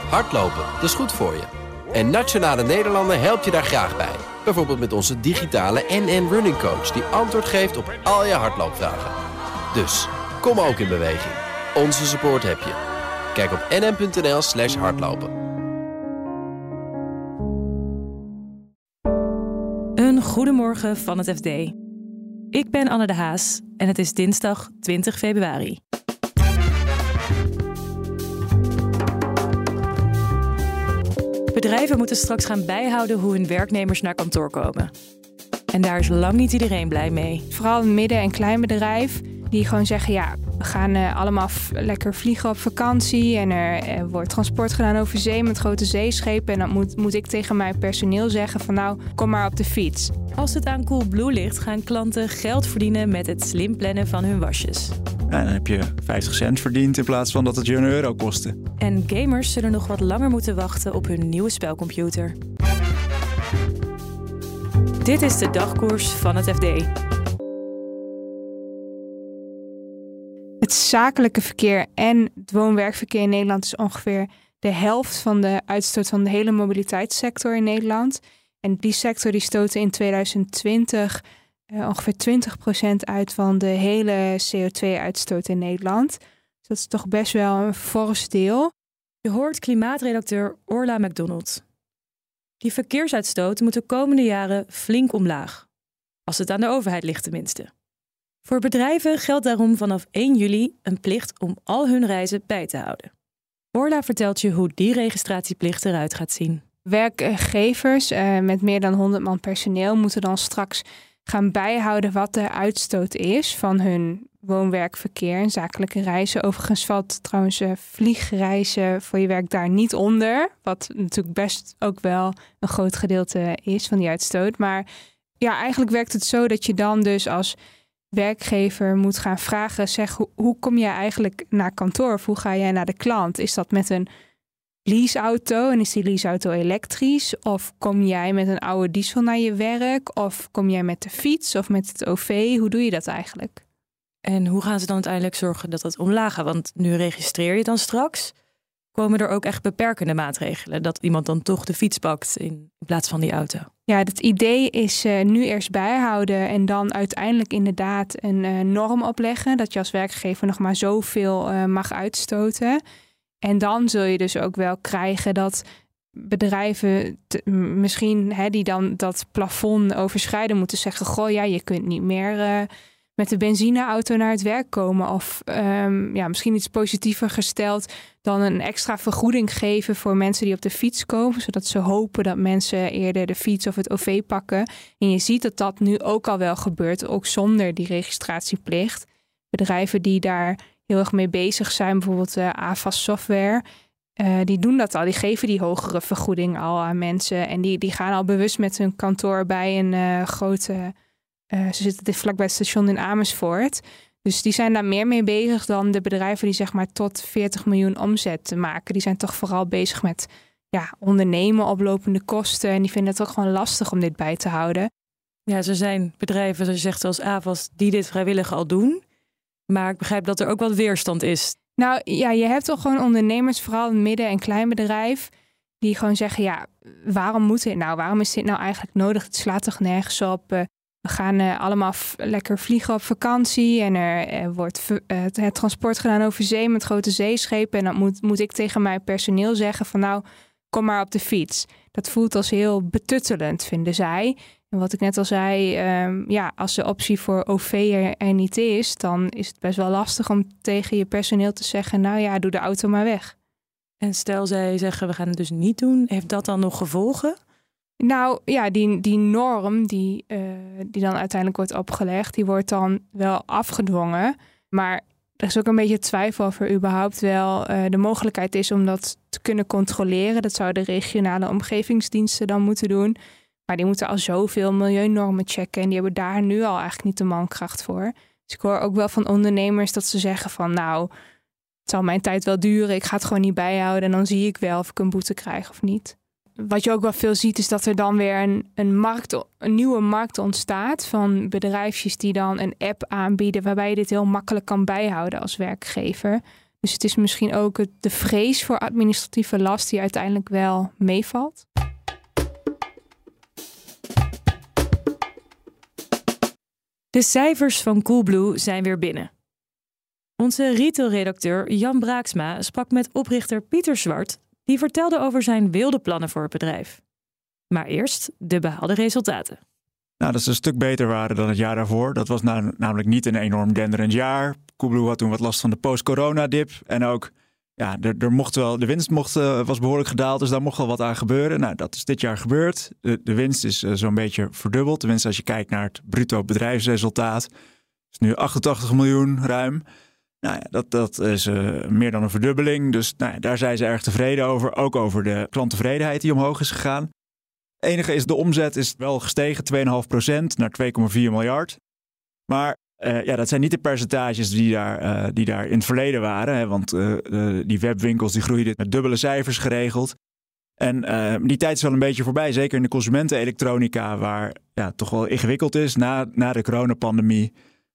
Hardlopen, dat is goed voor je. En Nationale Nederlanden helpt je daar graag bij. Bijvoorbeeld met onze digitale NN Running Coach... die antwoord geeft op al je hardloopvragen. Dus, kom ook in beweging. Onze support heb je. Kijk op nn.nl/hardlopen. Een goedemorgen van het FD. Ik ben Anne de Haas en het is dinsdag 20 februari. Bedrijven moeten straks gaan bijhouden hoe hun werknemers naar kantoor komen. En daar is lang niet iedereen blij mee. Vooral een midden- en kleinbedrijf die gewoon zeggen... ja, we gaan allemaal lekker vliegen op vakantie... en er wordt transport gedaan over zee met grote zeeschepen... en dan moet ik tegen mijn personeel zeggen van nou, kom maar op de fiets. Als het aan Coolblue ligt, gaan klanten geld verdienen... met het slim plannen van hun wasjes. Ja, dan heb je 50 cent verdiend in plaats van dat het je €1 kostte. En gamers zullen nog wat langer moeten wachten op hun nieuwe spelcomputer. Dit is de dagkoers van het FD. Het zakelijke verkeer en het woon-werkverkeer in Nederland is ongeveer de helft van de uitstoot van de hele mobiliteitssector in Nederland. En die sector die stootte in 2020 ongeveer 20% uit van de hele CO2-uitstoot in Nederland. Dus dat is toch best wel een fors deel. Je hoort klimaatredacteur Orla McDonald. Die verkeersuitstoot moet de komende jaren flink omlaag. Als het aan de overheid ligt tenminste. Voor bedrijven geldt daarom vanaf 1 juli een plicht om al hun reizen bij te houden. Orla vertelt je hoe die registratieplicht eruit gaat zien. Werkgevers met meer dan 100 man personeel moeten dan straks gaan bijhouden wat de uitstoot is van hun woon-werkverkeer en zakelijke reizen. Overigens valt trouwens vliegreizen voor je werk daar niet onder. Wat natuurlijk best ook wel een groot gedeelte is van die uitstoot. Maar ja, eigenlijk werkt het zo dat je dan dus als werkgever moet gaan vragen, zeg, hoe kom jij eigenlijk naar kantoor? Of hoe ga jij naar de klant? Is dat met een leaseauto en is die leaseauto elektrisch? Of kom jij met een oude diesel naar je werk? Of kom jij met de fiets of met het OV? Hoe doe je dat eigenlijk? En hoe gaan ze dan uiteindelijk zorgen dat het omlaag gaat? Want nu registreer je het dan straks. Komen er ook echt beperkende maatregelen? Dat iemand dan toch de fiets pakt in plaats van die auto? Ja, het idee is nu eerst bijhouden en dan uiteindelijk inderdaad een norm opleggen. Dat je als werkgever nog maar zoveel mag uitstoten. En dan zul je dus ook wel krijgen dat bedrijven misschien die dan dat plafond overschrijden moeten zeggen, goh ja, je kunt niet meer met de benzineauto naar het werk komen. Of misschien iets positiever gesteld dan een extra vergoeding geven voor mensen die op de fiets komen. Zodat ze hopen dat mensen eerder de fiets of het OV pakken. En je ziet dat dat nu ook al wel gebeurt, ook zonder die registratieplicht. Bedrijven die daar heel erg mee bezig zijn, bijvoorbeeld Avast Software, die doen dat al. Die geven die hogere vergoeding al aan mensen. En die gaan al bewust met hun kantoor bij een grote... ze zitten vlakbij het station in Amersfoort. Dus die zijn daar meer mee bezig dan de bedrijven die zeg maar tot 40 miljoen omzet maken. Die zijn toch vooral bezig met ondernemen, oplopende kosten. En die vinden het ook gewoon lastig om dit bij te houden. Ja, er zijn bedrijven, zoals je zegt, zoals Avast, die dit vrijwillig al doen. Maar ik begrijp dat er ook wat weerstand is. Nou ja, je hebt toch gewoon ondernemers, vooral een midden- en kleinbedrijf, die gewoon zeggen, ja, waarom moet dit nou? Waarom is dit nou eigenlijk nodig? Het slaat toch nergens op? We gaan allemaal lekker vliegen op vakantie en er wordt het transport gedaan over zee met grote zeeschepen. En dan moet ik tegen mijn personeel zeggen van nou, kom maar op de fiets. Dat voelt als heel betuttelend, vinden zij. En wat ik net al zei, als de optie voor OV er niet is, dan is het best wel lastig om tegen je personeel te zeggen, nou ja, doe de auto maar weg. En stel zij zeggen, we gaan het dus niet doen. Heeft dat dan nog gevolgen? Nou ja, die norm die dan uiteindelijk wordt opgelegd, die wordt dan wel afgedwongen. Maar er is ook een beetje twijfel of er überhaupt wel de mogelijkheid is om dat te kunnen controleren. Dat zouden de regionale omgevingsdiensten dan moeten doen. Maar die moeten al zoveel milieunormen checken en die hebben daar nu al eigenlijk niet de mankracht voor. Dus ik hoor ook wel van ondernemers dat ze zeggen van nou, het zal mijn tijd wel duren. Ik ga het gewoon niet bijhouden en dan zie ik wel of ik een boete krijg of niet. Wat je ook wel veel ziet is dat er dan weer een nieuwe markt ontstaat van bedrijfjes die dan een app aanbieden waarbij je dit heel makkelijk kan bijhouden als werkgever. Dus het is misschien ook de vrees voor administratieve last die uiteindelijk wel meevalt. De cijfers van Coolblue zijn weer binnen. Onze retailredacteur Jan Braaksma sprak met oprichter Pieter Zwart, die vertelde over zijn wilde plannen voor het bedrijf. Maar eerst de behaalde resultaten. Nou, dat ze een stuk beter waren dan het jaar daarvoor. Dat was namelijk niet een enorm denderend jaar. Coolblue had toen wat last van de post-corona-dip. En ook, ja, de winst was behoorlijk gedaald, dus daar mocht wel wat aan gebeuren. Nou, dat is dit jaar gebeurd. De winst is zo'n beetje verdubbeld. Tenminste, als je kijkt naar het bruto bedrijfsresultaat. Is nu 88 miljoen ruim. Nou ja, dat is meer dan een verdubbeling. Dus nou ja, daar zijn ze erg tevreden over. Ook over de klanttevredenheid die omhoog is gegaan. Het enige is, de omzet is wel gestegen, 2,5% naar 2,4 miljard. Maar dat zijn niet de percentages die daar in het verleden waren. Hè, want die webwinkels die groeiden met dubbele cijfers geregeld. En die tijd is wel een beetje voorbij. Zeker in de consumentenelektronica, waar toch wel ingewikkeld is. Na de coronapandemie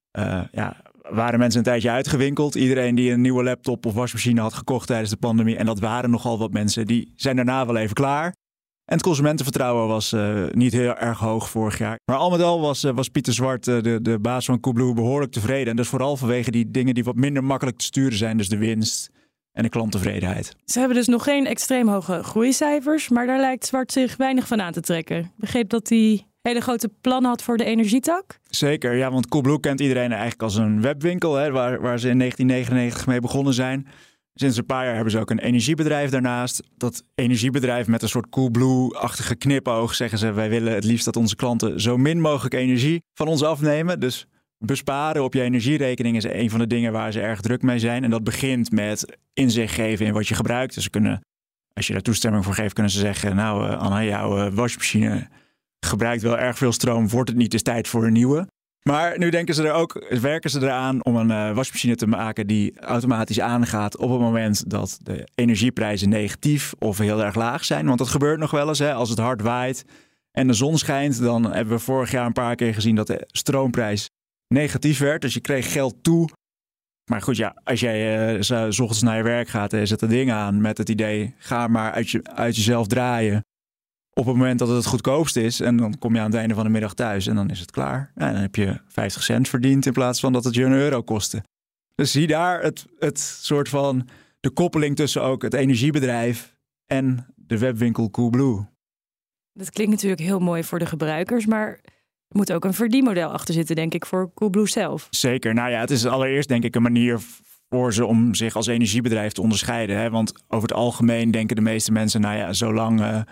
waren mensen een tijdje uitgewinkeld. Iedereen die een nieuwe laptop of wasmachine had gekocht tijdens de pandemie. En dat waren nogal wat mensen. Die zijn daarna wel even klaar. En het consumentenvertrouwen was niet heel erg hoog vorig jaar. Maar al met al was Pieter Zwart, de baas van Coolblue, behoorlijk tevreden. En dat is vooral vanwege die dingen die wat minder makkelijk te sturen zijn. Dus de winst en de klanttevredenheid. Ze hebben dus nog geen extreem hoge groeicijfers, maar daar lijkt Zwart zich weinig van aan te trekken. Ik begreep dat hij hele grote plannen had voor de energietak. Zeker, ja, want Coolblue kent iedereen eigenlijk als een webwinkel, hè, waar ze in 1999 mee begonnen zijn. Sinds een paar jaar hebben ze ook een energiebedrijf daarnaast. Dat energiebedrijf met een soort Coolblue-achtige knipoog zeggen ze: wij willen het liefst dat onze klanten zo min mogelijk energie van ons afnemen. Dus besparen op je energierekening is een van de dingen waar ze erg druk mee zijn. En dat begint met inzicht geven in wat je gebruikt. Dus ze kunnen, als je daar toestemming voor geeft, kunnen ze zeggen: nou Anna, jouw wasmachine gebruikt wel erg veel stroom. Wordt het niet eens tijd voor een nieuwe? Maar nu werken ze eraan om een wasmachine te maken die automatisch aangaat op het moment dat de energieprijzen negatief of heel erg laag zijn. Want dat gebeurt nog wel eens. Hè? Als het hard waait en de zon schijnt, dan hebben we vorig jaar een paar keer gezien dat de stroomprijs negatief werd. Dus je kreeg geld toe. Maar goed, ja, als jij 's ochtends naar je werk gaat en je zet dat ding aan met het idee: ga maar uit jezelf draaien. Op het moment dat het goedkoopst is en dan kom je aan het einde van de middag thuis en dan is het klaar. En dan heb je 50 cent verdiend in plaats van dat het je €1 kostte. Dus zie daar het soort van de koppeling tussen ook het energiebedrijf en de webwinkel Coolblue. Dat klinkt natuurlijk heel mooi voor de gebruikers, maar er moet ook een verdienmodel achter zitten, denk ik, voor Coolblue zelf. Zeker. Nou ja, het is allereerst denk ik een manier voor ze om zich als energiebedrijf te onderscheiden. Hè? Want over het algemeen denken de meeste mensen: nou ja, zolang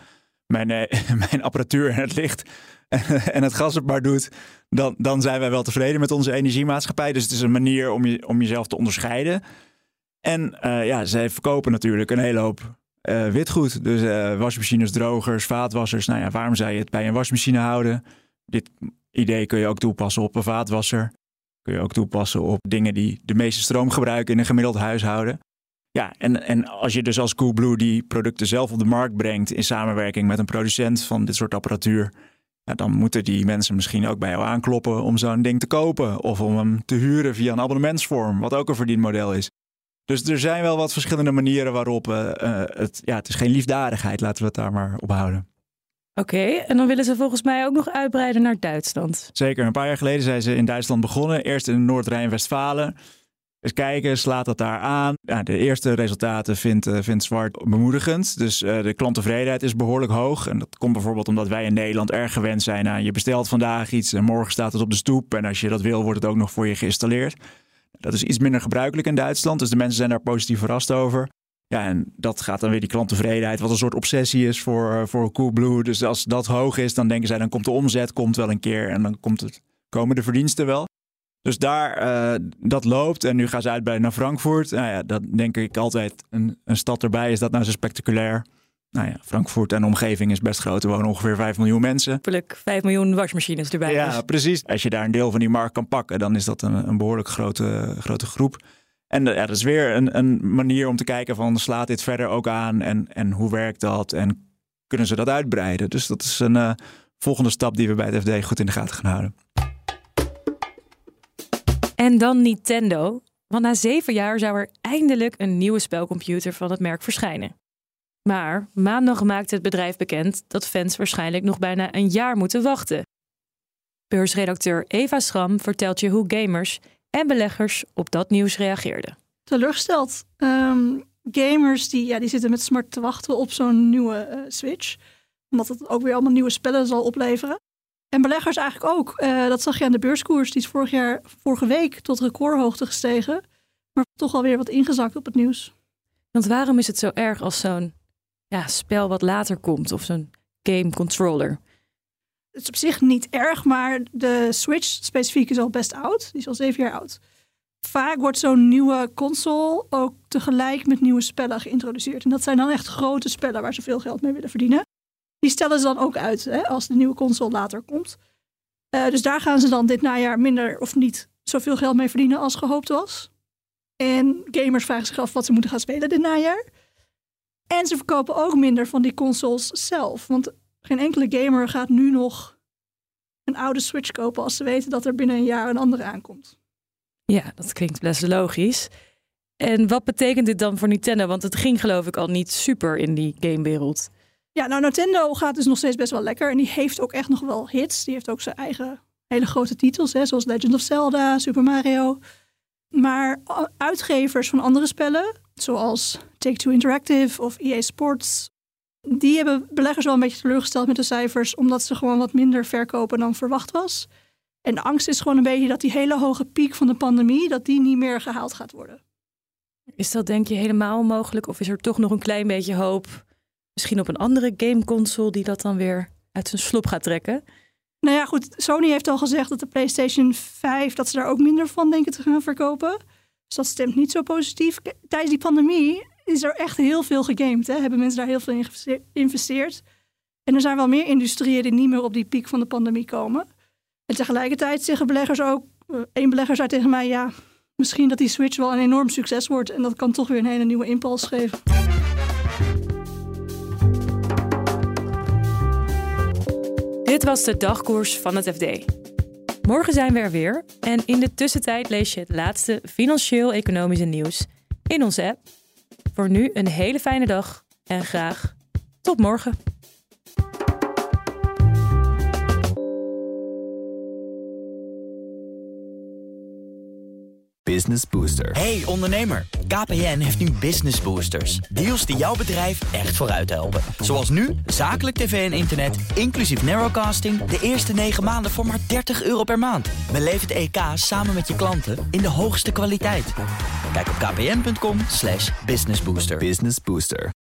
mijn apparatuur en het licht en het gas het maar doet, dan zijn wij wel tevreden met onze energiemaatschappij. Dus het is een manier om jezelf te onderscheiden. En zij verkopen natuurlijk een hele hoop witgoed. Dus wasmachines, drogers, vaatwassers. Nou ja, waarom zou je het bij een wasmachine houden? Dit idee kun je ook toepassen op een vaatwasser. Kun je ook toepassen op dingen die de meeste stroom gebruiken in een gemiddeld huishouden. Ja, en als je dus als Coolblue die producten zelf op de markt brengt in samenwerking met een producent van dit soort apparatuur, dan moeten die mensen misschien ook bij jou aankloppen om zo'n ding te kopen of om hem te huren via een abonnementsvorm, wat ook een verdienmodel is. Dus er zijn wel wat verschillende manieren waarop het is geen liefdadigheid, laten we het daar maar op houden. Oké, en dan willen ze volgens mij ook nog uitbreiden naar Duitsland. Zeker, een paar jaar geleden zijn ze in Duitsland begonnen, eerst in Noord-Rijn-Westfalen. Eens kijken, slaat dat daar aan? Ja, de eerste resultaten vindt Zwart bemoedigend. Dus de klanttevredenheid is behoorlijk hoog. En dat komt bijvoorbeeld omdat wij in Nederland erg gewend zijn aan: je bestelt vandaag iets en morgen staat het op de stoep. En als je dat wil, wordt het ook nog voor je geïnstalleerd. Dat is iets minder gebruikelijk in Duitsland. Dus de mensen zijn daar positief verrast over. Ja, en dat gaat dan weer die klanttevredenheid, wat een soort obsessie is voor Coolblue. Dus als dat hoog is, dan denken zij: dan komt de omzet wel een keer en dan komen de verdiensten wel. Dus dat loopt en nu gaan ze uitbreiden naar Frankfurt. Nou ja, dat denk ik altijd een stad erbij. Is dat nou zo spectaculair? Nou ja, Frankfurt en de omgeving is best groot. Er wonen ongeveer 5 miljoen mensen. Hopelijk 5 miljoen wasmachines erbij. Ja, dus. Precies. Als je daar een deel van die markt kan pakken, dan is dat een behoorlijk grote groep. En dat is weer een manier om te kijken van: slaat dit verder ook aan en hoe werkt dat en kunnen ze dat uitbreiden? Dus dat is een volgende stap die we bij het FD goed in de gaten gaan houden. En dan Nintendo. Want na 7 jaar zou er eindelijk een nieuwe spelcomputer van het merk verschijnen. Maar maandag maakte het bedrijf bekend dat fans waarschijnlijk nog bijna een jaar moeten wachten. Beursredacteur Eva Schram vertelt je hoe gamers en beleggers op dat nieuws reageerden. Teleurgesteld. Gamers die zitten met smart te wachten op zo'n nieuwe Switch. Omdat het ook weer allemaal nieuwe spellen zal opleveren. En beleggers eigenlijk ook. Dat zag je aan de beurskoers. Die is vorige week tot recordhoogte gestegen. Maar toch alweer wat ingezakt op het nieuws. Want waarom is het zo erg als zo'n spel wat later komt of zo'n game controller? Het is op zich niet erg, maar de Switch specifiek is al best oud. Die is al 7 jaar oud. Vaak wordt zo'n nieuwe console ook tegelijk met nieuwe spellen geïntroduceerd. En dat zijn dan echt grote spellen waar ze veel geld mee willen verdienen. Die stellen ze dan ook uit als de nieuwe console later komt. Dus daar gaan ze dan dit najaar minder of niet zoveel geld mee verdienen als gehoopt was. En gamers vragen zich af wat ze moeten gaan spelen dit najaar. En ze verkopen ook minder van die consoles zelf. Want geen enkele gamer gaat nu nog een oude Switch kopen als ze weten dat er binnen een jaar een andere aankomt. Ja, dat klinkt best logisch. En wat betekent dit dan voor Nintendo? Want het ging geloof ik al niet super in die gamewereld. Ja, nou Nintendo gaat dus nog steeds best wel lekker. En die heeft ook echt nog wel hits. Die heeft ook zijn eigen hele grote titels. Zoals Legend of Zelda, Super Mario. Maar uitgevers van andere spellen, zoals Take-Two Interactive of EA Sports, die hebben beleggers wel een beetje teleurgesteld met de cijfers, omdat ze gewoon wat minder verkopen dan verwacht was. En de angst is gewoon een beetje dat die hele hoge piek van de pandemie, dat die niet meer gehaald gaat worden. Is dat denk je helemaal onmogelijk? Of is er toch nog een klein beetje hoop? Misschien op een andere gameconsole die dat dan weer uit zijn slop gaat trekken? Nou ja, goed. Sony heeft al gezegd dat de PlayStation 5, dat ze daar ook minder van denken te gaan verkopen. Dus dat stemt niet zo positief. Tijdens die pandemie is er echt heel veel gegamed. Hebben mensen daar heel veel in geïnvesteerd. En er zijn wel meer industrieën die niet meer op die piek van de pandemie komen. En tegelijkertijd zeggen beleggers ook, één belegger zei tegen mij, ja, misschien dat die Switch wel een enorm succes wordt. En dat kan toch weer een hele nieuwe impuls geven. Dit was de dagkoers van het FD. Morgen zijn we er weer en in de tussentijd lees je het laatste financieel-economische nieuws in onze app. Voor nu een hele fijne dag en graag tot morgen. Business Booster. Hey ondernemer, KPN heeft nu Business Boosters. Deals die jouw bedrijf echt vooruit helpen. Zoals nu, zakelijk tv en internet, inclusief narrowcasting, de eerste 9 maanden voor maar €30 per maand. Beleef het EK samen met je klanten in de hoogste kwaliteit. Kijk op kpn.com/businessbooster. Business Booster.